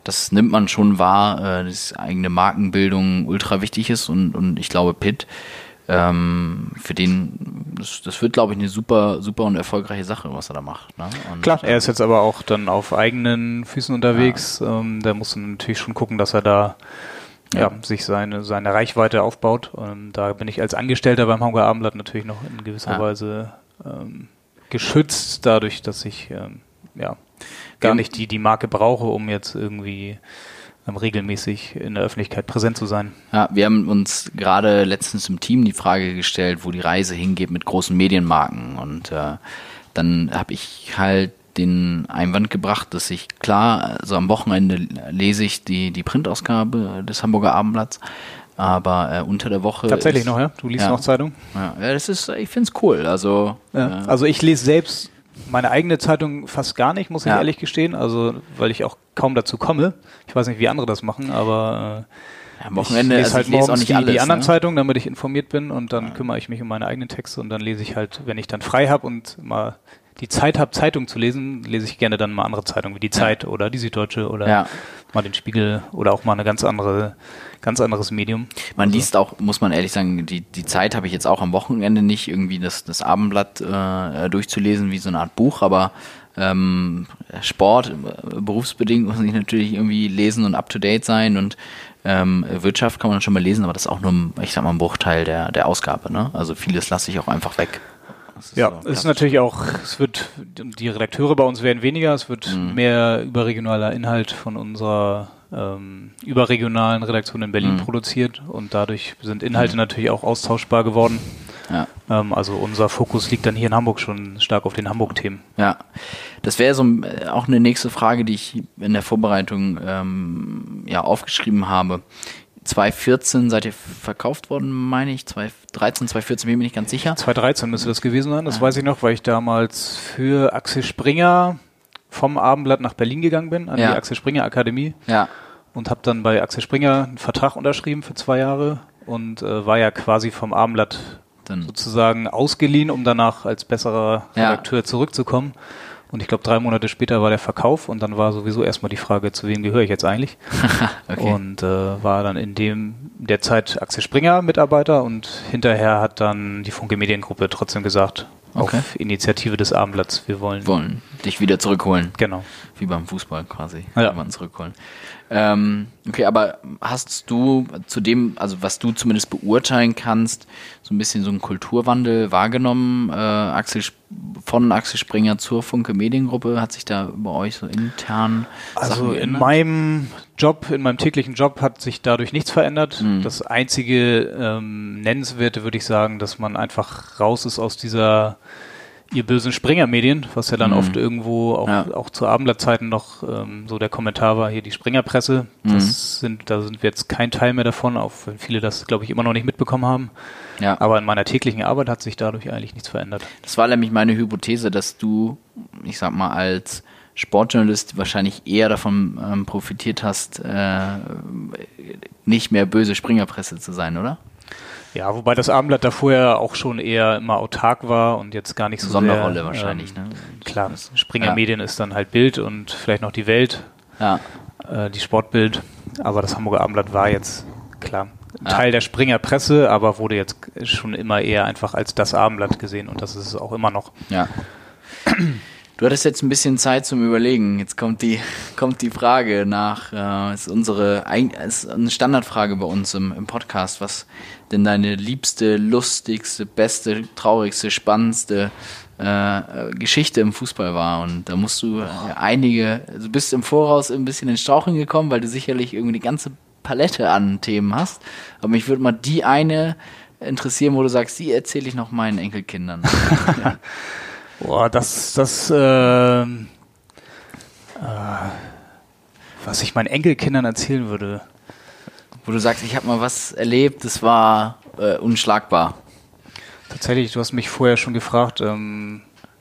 das nimmt man schon wahr, äh, dass eigene Markenbildung ultra wichtig ist und, und ich glaube Pitt, ähm, für den, das, das wird, glaube ich, eine super, super und erfolgreiche Sache, was er da macht. Ne? Und, Klar, er ist jetzt aber auch dann auf eigenen Füßen unterwegs. Ja. Ähm, der muss natürlich schon gucken, dass er da ja. Ja, sich seine, seine Reichweite aufbaut. Und da bin ich als Angestellter beim Hamburger Abendblatt natürlich noch in gewisser ja. Weise ähm, geschützt, dadurch, dass ich ähm, ja gar nicht die, die Marke brauche, um jetzt irgendwie ähm, regelmäßig in der Öffentlichkeit präsent zu sein. Ja, wir haben uns gerade letztens im Team die Frage gestellt, wo die Reise hingeht mit großen Medienmarken. Und äh, dann habe ich halt den Einwand gebracht, dass ich klar, also am Wochenende lese ich die, die Printausgabe des Hamburger Abendblatts, aber äh, unter der Woche tatsächlich ist, noch, ja? Du liest ja, noch Zeitung? Ja, ja, das ist, ich finde es cool. Also, ja. äh, also ich lese selbst meine eigene Zeitung fast gar nicht, muss ich ja. ehrlich gestehen, also weil ich auch kaum dazu komme. Ich weiß nicht, wie andere das machen, aber äh, ja, am Wochenende ich lese also halt ich lese morgens auch nicht die, alles, die anderen ne? Zeitungen, damit ich informiert bin und dann ja. kümmere ich mich um meine eigenen Texte und dann lese ich halt, wenn ich dann frei habe und mal die Zeit habe, Zeitung zu lesen, lese ich gerne dann mal andere Zeitungen wie die Zeit ja. oder die Süddeutsche oder ja. mal den Spiegel oder auch mal eine ganz andere, ganz anderes Medium. Man also. liest auch, muss man ehrlich sagen, die, die Zeit habe ich jetzt auch am Wochenende nicht, irgendwie das, das Abendblatt äh, durchzulesen wie so eine Art Buch, aber ähm, Sport, äh, berufsbedingt muss ich natürlich irgendwie lesen und up-to-date sein und ähm, Wirtschaft kann man schon mal lesen, aber das ist auch nur, ich sag mal, ein Bruchteil der, der Ausgabe, ne? Also vieles lasse ich auch einfach weg. Ist ja, so es ist natürlich auch, es wird, die Redakteure bei uns werden weniger, es wird mhm. mehr überregionaler Inhalt von unserer ähm, überregionalen Redaktion in Berlin mhm. produziert und dadurch sind Inhalte mhm. natürlich auch austauschbar geworden. Ja. Ähm, also unser Fokus liegt dann hier in Hamburg schon stark auf den Hamburg-Themen. Ja, das wäre so äh, auch eine nächste Frage, die ich in der Vorbereitung ähm, ja aufgeschrieben habe. zwanzig vierzehn seid ihr verkauft worden, meine ich. zwanzig dreizehn, zwanzig vierzehn bin ich mir nicht ganz sicher. zwanzig dreizehn müsste das gewesen sein, das ja. weiß ich noch, weil ich damals für Axel Springer vom Abendblatt nach Berlin gegangen bin, an ja. die Axel Springer Akademie. Ja. Und habe dann bei Axel Springer einen Vertrag unterschrieben für zwei Jahre und äh, war ja quasi vom Abendblatt dann sozusagen ausgeliehen, um danach als besserer Redakteur ja. zurückzukommen. Und ich glaube, drei Monate später war der Verkauf und dann war sowieso erstmal die Frage, zu wem gehöre ich jetzt eigentlich? okay. Und äh, war dann in dem der Zeit Axel Springer Mitarbeiter und hinterher hat dann die Funke Mediengruppe trotzdem gesagt, okay. auf Initiative des Abendblatts, wir wollen... Wollen dich wieder zurückholen. Genau. Wie beim Fußball quasi, ja. jemanden zurückholen. Ähm, okay, aber hast du zu dem, also was du zumindest beurteilen kannst, so ein bisschen so einen Kulturwandel wahrgenommen, äh, Axel, von Axel Springer zur Funke Mediengruppe? Hat sich da bei euch so intern Also Sachen in geändert? meinem Job, in meinem täglichen Job hat sich dadurch nichts verändert. Mhm. Das einzige ähm, Nennenswerte würde ich sagen, dass man einfach raus ist aus dieser ihr bösen Springer-Medien, was ja dann mhm. oft irgendwo auch, ja. auch zu Abendblattzeiten noch ähm, so der Kommentar war, hier die Springer-Presse, mhm. das sind, da sind wir jetzt kein Teil mehr davon, auch wenn viele das, glaube ich, immer noch nicht mitbekommen haben. Ja. Aber in meiner täglichen Arbeit hat sich dadurch eigentlich nichts verändert. Das war nämlich meine Hypothese, dass du, ich sag mal, als Sportjournalist wahrscheinlich eher davon ähm, profitiert hast, äh, nicht mehr böse Springerpresse zu sein, oder? Ja, wobei das Abendblatt da vorher auch schon eher immer autark war und jetzt gar nicht so Sonderrolle sehr, wahrscheinlich, ähm, ne? Klar, Springer ja. Medien ist dann halt Bild und vielleicht noch die Welt, ja. äh, die Sportbild, aber das Hamburger Abendblatt war jetzt, klar, ein ja. Teil der Springer Presse, aber wurde jetzt schon immer eher einfach als das Abendblatt gesehen und das ist es auch immer noch. Ja. Du hattest jetzt ein bisschen Zeit zum Überlegen. Jetzt kommt die, kommt die Frage nach, äh, ist unsere, ist eine Standardfrage bei uns im, im Podcast, was denn deine liebste, lustigste, beste, traurigste, spannendste äh, Geschichte im Fußball war. Und da musst du äh, einige, also bist im Voraus ein bisschen in Straucheln gekommen, weil du sicherlich irgendwie eine ganze Palette an Themen hast. Aber mich würde mal die eine interessieren, wo du sagst, die erzähle ich noch meinen Enkelkindern. ja. Boah, das, das, äh, äh, was ich meinen Enkelkindern erzählen würde. Wo du sagst, ich habe mal was erlebt, das war äh, unschlagbar. Tatsächlich, du hast mich vorher schon gefragt, ähm,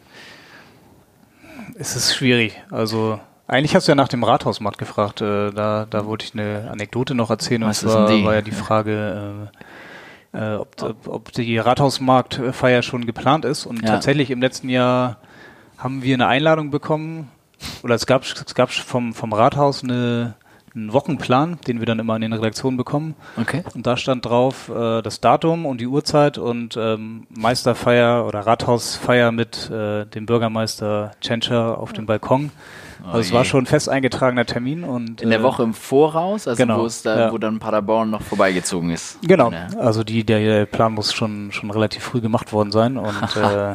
es ist schwierig. Also, eigentlich hast du ja nach dem Rathausmarkt gefragt, äh, da, da wollte ich eine Anekdote noch erzählen. Was und ist zwar denn die? war ja die Frage, äh, Äh, ob, ob, ob die Rathausmarktfeier schon geplant ist. Und ja. tatsächlich im letzten Jahr haben wir eine Einladung bekommen, oder es gab, es gab vom, vom Rathaus eine, einen Wochenplan, den wir dann immer in den Redaktionen bekommen. Okay. Und da stand drauf äh, das Datum und die Uhrzeit und ähm, Meisterfeier oder Rathausfeier mit äh, dem Bürgermeister Tschentscher auf dem Balkon. Also oh es war schon ein fest eingetragener Termin. Und in der äh, Woche im Voraus, also genau, wo es da, ja. wo dann Paderborn noch vorbeigezogen ist. Genau, ja. also die, der, der Plan muss schon, schon relativ früh gemacht worden sein und äh, äh,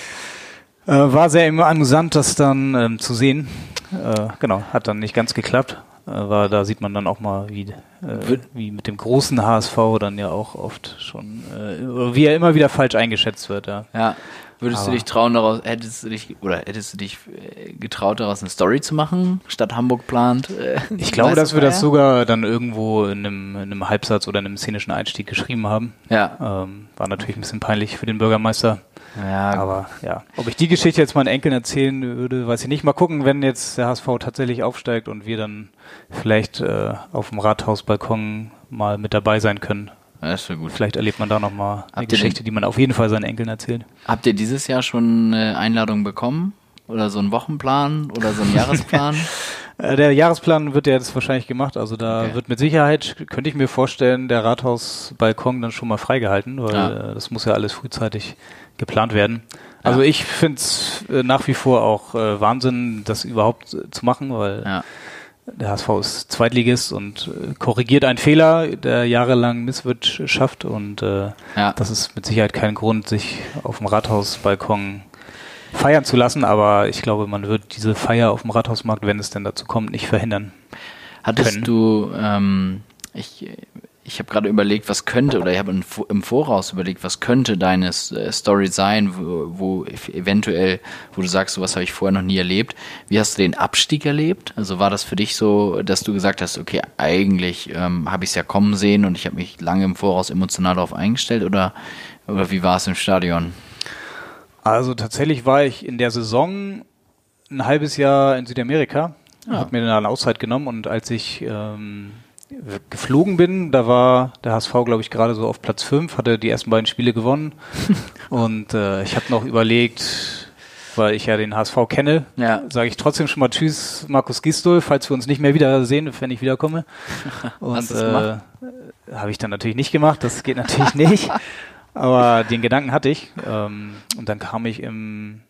war sehr immer amüsant, das dann ähm, zu sehen. Äh, genau, hat dann nicht ganz geklappt. Aber da sieht man dann auch mal, wie, äh, wie mit dem großen H S V dann ja auch oft schon, äh, wie er immer wieder falsch eingeschätzt wird. Ja. ja. Würdest Aber du dich trauen, daraus, hättest du dich, oder hättest du dich getraut, daraus eine Story zu machen, statt Hamburg plant? Äh, ich glaube, dass wir das sogar dann irgendwo in einem, in einem Halbsatz oder in einem szenischen Einstieg geschrieben haben. Ja. Ähm, war natürlich ein bisschen peinlich für den Bürgermeister. Ja, aber ja, ob ich die Geschichte jetzt meinen Enkeln erzählen würde, weiß ich nicht. Mal gucken, wenn jetzt der H S V tatsächlich aufsteigt und wir dann vielleicht äh, auf dem Rathausbalkon mal mit dabei sein können. Ja, das wäre gut. Vielleicht erlebt man da nochmal eine Habt Geschichte, die man auf jeden Fall seinen Enkeln erzählt. Habt ihr dieses Jahr schon eine Einladung bekommen? Oder so einen Wochenplan? Oder so einen Jahresplan? Der Jahresplan wird ja jetzt wahrscheinlich gemacht, also da okay. wird mit Sicherheit, könnte ich mir vorstellen, der Rathausbalkon dann schon mal freigehalten, weil ja. das muss ja alles frühzeitig geplant werden. Also ja. ich finde es äh, nach wie vor auch äh, Wahnsinn, das überhaupt äh, zu machen, weil ja. der H S V ist Zweitligist und äh, korrigiert einen Fehler, der jahrelang Misswirtschaft und äh, ja. das ist mit Sicherheit kein Grund, sich auf dem Rathausbalkon feiern zu lassen, aber ich glaube, man wird diese Feier auf dem Rathausmarkt, wenn es denn dazu kommt, nicht verhindern. Hattest können. du, ähm, ich, ich habe gerade überlegt, was könnte, oder ich habe im Voraus überlegt, was könnte deine Story sein, wo, wo eventuell, wo du sagst, sowas habe ich vorher noch nie erlebt. Wie hast du den Abstieg erlebt? Also war das für dich so, dass du gesagt hast, okay, eigentlich ähm, habe ich es ja kommen sehen und ich habe mich lange im Voraus emotional darauf eingestellt, oder, oder wie war es im Stadion? Also tatsächlich war ich in der Saison ein halbes Jahr in Südamerika, ja. habe mir dann eine Auszeit genommen und als ich ähm, geflogen bin, da war der H S V, glaube ich, gerade so auf Platz fünf, hatte die ersten beiden Spiele gewonnen und äh, ich habe noch überlegt, weil ich ja den H S V kenne, ja. sage ich trotzdem schon mal Tschüss, Markus Gistol, falls wir uns nicht mehr wiedersehen, wenn ich wiederkomme. Und äh, habe ich dann natürlich nicht gemacht, das geht natürlich nicht. Aber den Gedanken hatte ich. Ähm, und dann kam ich im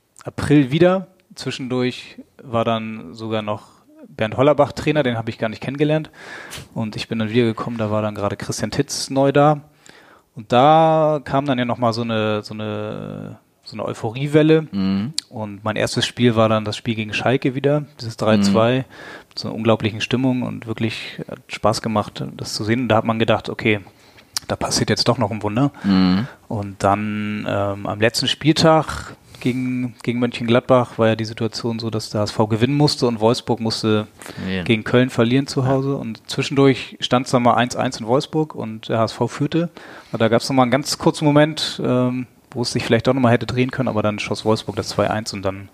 April wieder. Zwischendurch war dann sogar noch Bernd Hollerbach Trainer, den habe ich gar nicht kennengelernt. Und ich bin dann wiedergekommen, da war dann gerade Christian Titz neu da. Und da kam dann ja nochmal so eine, so eine, so eine Euphoriewelle. Mhm. Und mein erstes Spiel war dann das Spiel gegen Schalke wieder, dieses drei zwei, mhm. mit so einer unglaublichen Stimmung und wirklich hat Spaß gemacht, das zu sehen. Und da hat man gedacht, okay, da passiert jetzt doch noch ein Wunder. Mhm. Und dann ähm, am letzten Spieltag gegen, gegen Mönchengladbach war ja die Situation so, dass der H S V gewinnen musste und Wolfsburg musste ja. gegen Köln verlieren zu Hause. Ja. Und zwischendurch stand es dann mal eins eins in Wolfsburg und der H S V führte. Aber da gab es nochmal einen ganz kurzen Moment, ähm, wo es sich vielleicht doch nochmal hätte drehen können, aber dann schoss Wolfsburg das zwei eins und dann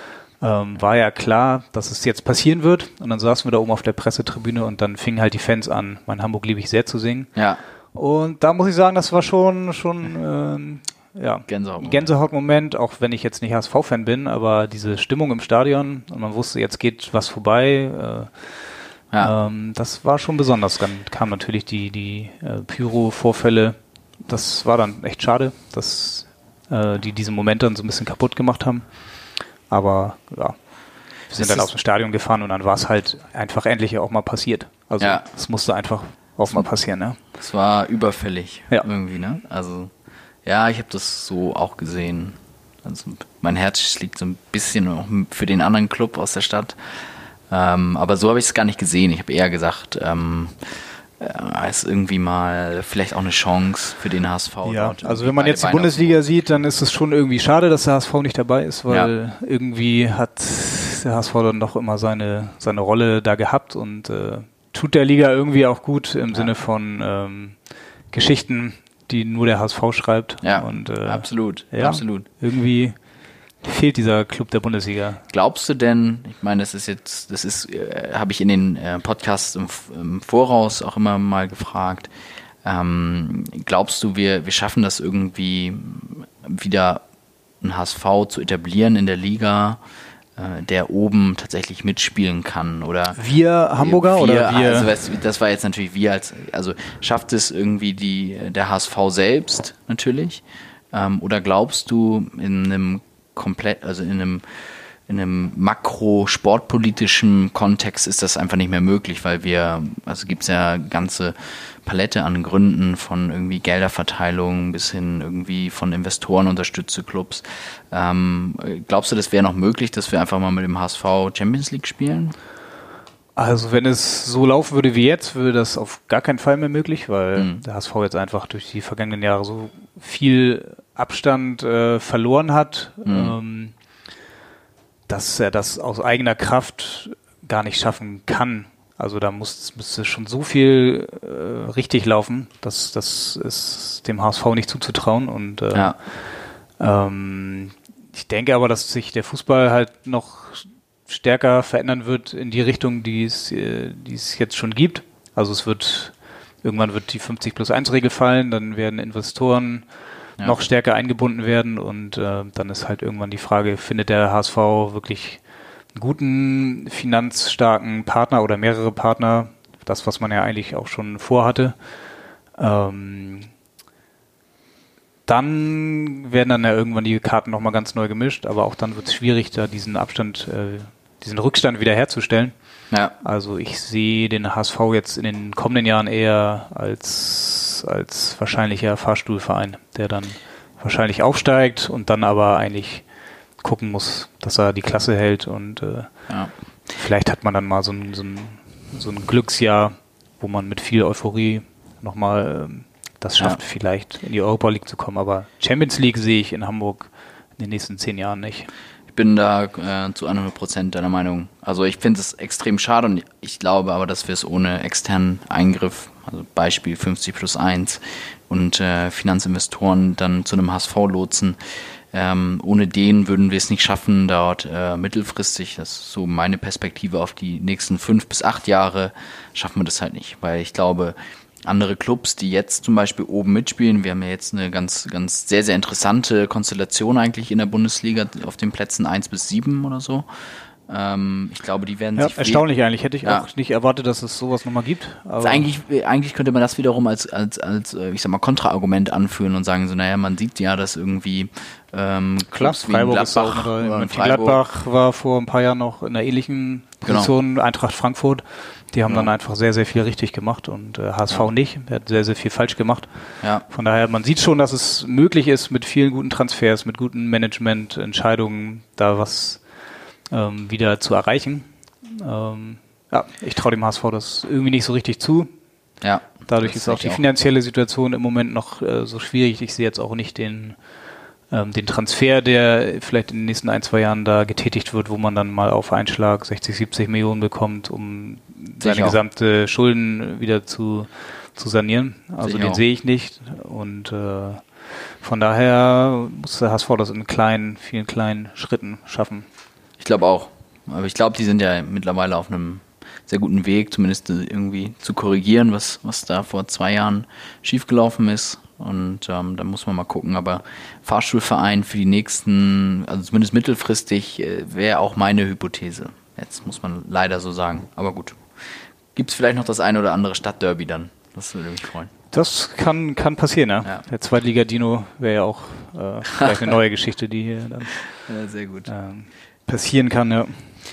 ähm, war ja klar, dass es jetzt passieren wird. Und dann saßen wir da oben auf der Pressetribüne und dann fingen halt die Fans an, mein Hamburg liebe ich sehr zu singen. Ja. Und da muss ich sagen, das war schon, schon ähm, ja, Gänsehautmoment. Gänsehautmoment, auch wenn ich jetzt nicht H S V-Fan bin, aber diese Stimmung im Stadion und man wusste, jetzt geht was vorbei, äh, ja. ähm, das war schon besonders. Dann kamen natürlich die, die äh, Pyro-Vorfälle, das war dann echt schade, dass äh, die diese Momente dann so ein bisschen kaputt gemacht haben, aber ja, wir sind ist dann aus dem Stadion gefahren und dann war es halt einfach endlich auch mal passiert. Also es ja. musste einfach auch mal passieren, ne? Es war überfällig ja. irgendwie, ne? Also, ja, ich habe das so auch gesehen. Also, mein Herz schlägt so ein bisschen auch für den anderen Club aus der Stadt. Ähm, aber so habe ich es gar nicht gesehen. Ich habe eher gesagt, ähm, äh, ist irgendwie mal vielleicht auch eine Chance für den H S V. Ja, also wenn man jetzt die Beine Bundesliga sieht, dann ist es schon irgendwie schade, dass der H S V nicht dabei ist, weil ja. irgendwie hat der H S V dann doch immer seine, seine Rolle da gehabt und äh, tut der Liga irgendwie auch gut im ja. Sinne von ähm, Geschichten, die nur der H S V schreibt. Ja, und, äh, absolut, ja, absolut. Irgendwie fehlt dieser Club der Bundesliga. Glaubst du denn, ich meine, das ist jetzt, das ist, äh, habe ich in den äh, Podcasts im, im Voraus auch immer mal gefragt, ähm, glaubst du, wir, wir schaffen das irgendwie wieder, ein H S V zu etablieren in der Liga, äh, der oben tatsächlich mitspielen kann. Oder wir Hamburger wir, oder wir? Also, weißt, das war jetzt natürlich wir als, also schafft es irgendwie die, der H S V selbst natürlich? Ähm, oder glaubst du in einem komplett, also in einem in einem makro-sportpolitischen Kontext ist das einfach nicht mehr möglich, weil wir, also gibt es ja ganze Palette an Gründen von irgendwie Gelderverteilung bis hin irgendwie von Investoren unterstützte Clubs. Ähm, glaubst du, das wäre noch möglich, dass wir einfach mal mit dem H S V Champions League spielen? Also wenn es so laufen würde wie jetzt, würde das auf gar keinen Fall mehr möglich, weil mhm. der H S V jetzt einfach durch die vergangenen Jahre so viel Abstand äh, verloren hat, mhm. ähm, dass er das aus eigener Kraft gar nicht schaffen kann. Also da muss, müsste schon so viel äh, richtig laufen, dass das ist dem H S V nicht zuzutrauen. Und äh, ja. ähm, ich denke aber, dass sich der Fußball halt noch stärker verändern wird in die Richtung, die es, äh, die es jetzt schon gibt. Also es wird, irgendwann wird die fünfzig plus eins Regel fallen, dann werden Investoren ja. noch stärker eingebunden werden und äh, dann ist halt irgendwann die Frage, findet der H S V wirklich einen guten, finanzstarken Partner oder mehrere Partner, das, was man ja eigentlich auch schon vorhatte. Ähm, dann werden dann ja irgendwann die Karten nochmal ganz neu gemischt, aber auch dann wird es schwierig, da diesen Abstand, äh, diesen Rückstand wiederherzustellen. Ja. Also ich sehe den H S V jetzt in den kommenden Jahren eher als, als wahrscheinlicher Fahrstuhlverein, der dann wahrscheinlich aufsteigt und dann aber eigentlich gucken muss, dass er die Klasse hält und äh, ja. vielleicht hat man dann mal so ein, so, ein, so ein Glücksjahr, wo man mit viel Euphorie nochmal ähm, das schafft, ja. vielleicht in die Europa League zu kommen, aber Champions League sehe ich in Hamburg in den nächsten zehn Jahren nicht. Ich bin da äh, zu hundert Prozent deiner Meinung. Also ich finde es extrem schade und ich glaube aber, dass wir es ohne externen Eingriff, also Beispiel fünfzig plus eins und äh, Finanzinvestoren dann zu einem H S V lotsen, ähm, ohne den würden wir es nicht schaffen, dort äh, mittelfristig, das ist so meine Perspektive auf die nächsten fünf bis acht Jahre, schaffen wir das halt nicht, weil ich glaube, andere Clubs, die jetzt zum Beispiel oben mitspielen, wir haben ja jetzt eine ganz, ganz sehr, sehr interessante Konstellation eigentlich in der Bundesliga auf den Plätzen eins bis sieben oder so. Ähm, ich glaube, die werden ja, sich... Erstaunlich eigentlich. Hätte ich ja. auch nicht erwartet, dass es sowas nochmal gibt. Aber also eigentlich, eigentlich könnte man das wiederum als, als, als, ich sag mal, Kontraargument anführen und sagen so, naja, man sieht ja, dass irgendwie ähm, Clubs wie Freiburg Gladbach... Oder Gladbach war vor ein paar Jahren noch in einer ähnlichen Position, genau. Eintracht Frankfurt. Die haben ja. dann einfach sehr, sehr viel richtig gemacht und äh, H S V ja. nicht. Der hat sehr, sehr viel falsch gemacht. Ja. Von daher, man sieht schon, dass es möglich ist, mit vielen guten Transfers, mit guten Management-Entscheidungen da was ähm, wieder zu erreichen. Ähm, ja, ich traue dem H S V das irgendwie nicht so richtig zu. Ja. Dadurch ist auch die finanzielle Situation im Moment noch äh, so schwierig. Ich sehe jetzt auch nicht den ähm, den Transfer, der vielleicht in den nächsten ein, zwei Jahren da getätigt wird, wo man dann mal auf einen Schlag sechzig, siebzig Millionen bekommt, um seine Sicher gesamte auch. Schulden wieder zu, zu sanieren. Also Sicher den auch. sehe ich nicht. Und äh, von daher muss der H S V das in kleinen, vielen kleinen Schritten schaffen. Ich glaube auch. Aber ich glaube, die sind ja mittlerweile auf einem sehr guten Weg, zumindest irgendwie zu korrigieren, was, was da vor zwei Jahren schiefgelaufen ist. Und ähm, da muss man mal gucken. Aber Fahrstuhlverein für die nächsten, also zumindest mittelfristig, äh, wäre auch meine Hypothese. Jetzt muss man leider so sagen. Aber gut. Gibt es vielleicht noch das eine oder andere Stadtderby dann? Das würde mich freuen. Das kann, kann passieren, ja. ja. Der Zweitliga-Dino wäre ja auch äh, vielleicht eine neue Geschichte, die hier dann ja, sehr gut. Ähm, passieren kann, ja.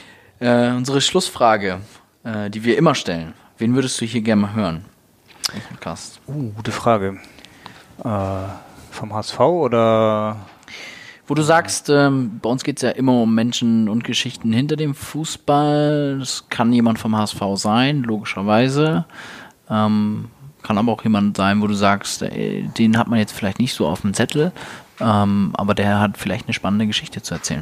Äh, unsere Schlussfrage, äh, die wir immer stellen. Wen würdest du hier gerne mal hören? Gast. Uh, gute Frage. Äh, vom H S V oder... Wo du sagst, ähm, bei uns geht es ja immer um Menschen und Geschichten hinter dem Fußball. Das kann jemand vom H S V sein, logischerweise. Ähm, kann aber auch jemand sein, wo du sagst, ey, den hat man jetzt vielleicht nicht so auf dem Zettel, ähm, aber der hat vielleicht eine spannende Geschichte zu erzählen.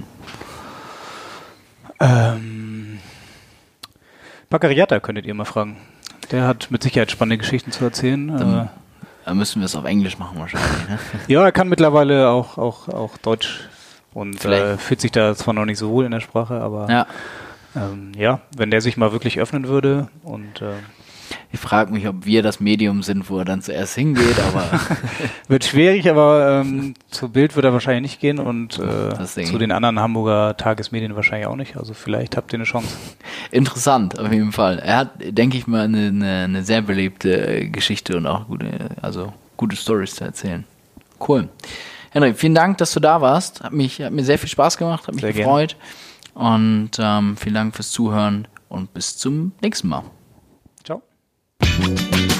Ähm, Baccariata könntet ihr mal fragen. Der hat mit Sicherheit spannende Geschichten zu erzählen. Dann, Da müssen wir es auf Englisch machen wahrscheinlich. Ne? Ja, er kann mittlerweile auch, auch, auch Deutsch und äh, fühlt sich da zwar noch nicht so wohl in der Sprache, aber ja. Ähm, ja, wenn der sich mal wirklich öffnen würde und äh, Ich frage mich, ob wir das Medium sind, wo er dann zuerst hingeht, aber wird schwierig, aber ähm, zu Bild wird er wahrscheinlich nicht gehen und äh, zu den anderen Hamburger Tagesmedien wahrscheinlich auch nicht. Also vielleicht habt ihr eine Chance. Interessant, auf jeden Fall. Er hat, denke ich mal, eine, eine, eine sehr belebte Geschichte und auch gute, also gute Storys zu erzählen. Cool. Henrik, vielen Dank, dass du da warst. Hat mich, hat mir sehr viel Spaß gemacht, hat mich sehr gefreut. Gerne. Und ähm, vielen Dank fürs Zuhören und bis zum nächsten Mal. Ciao.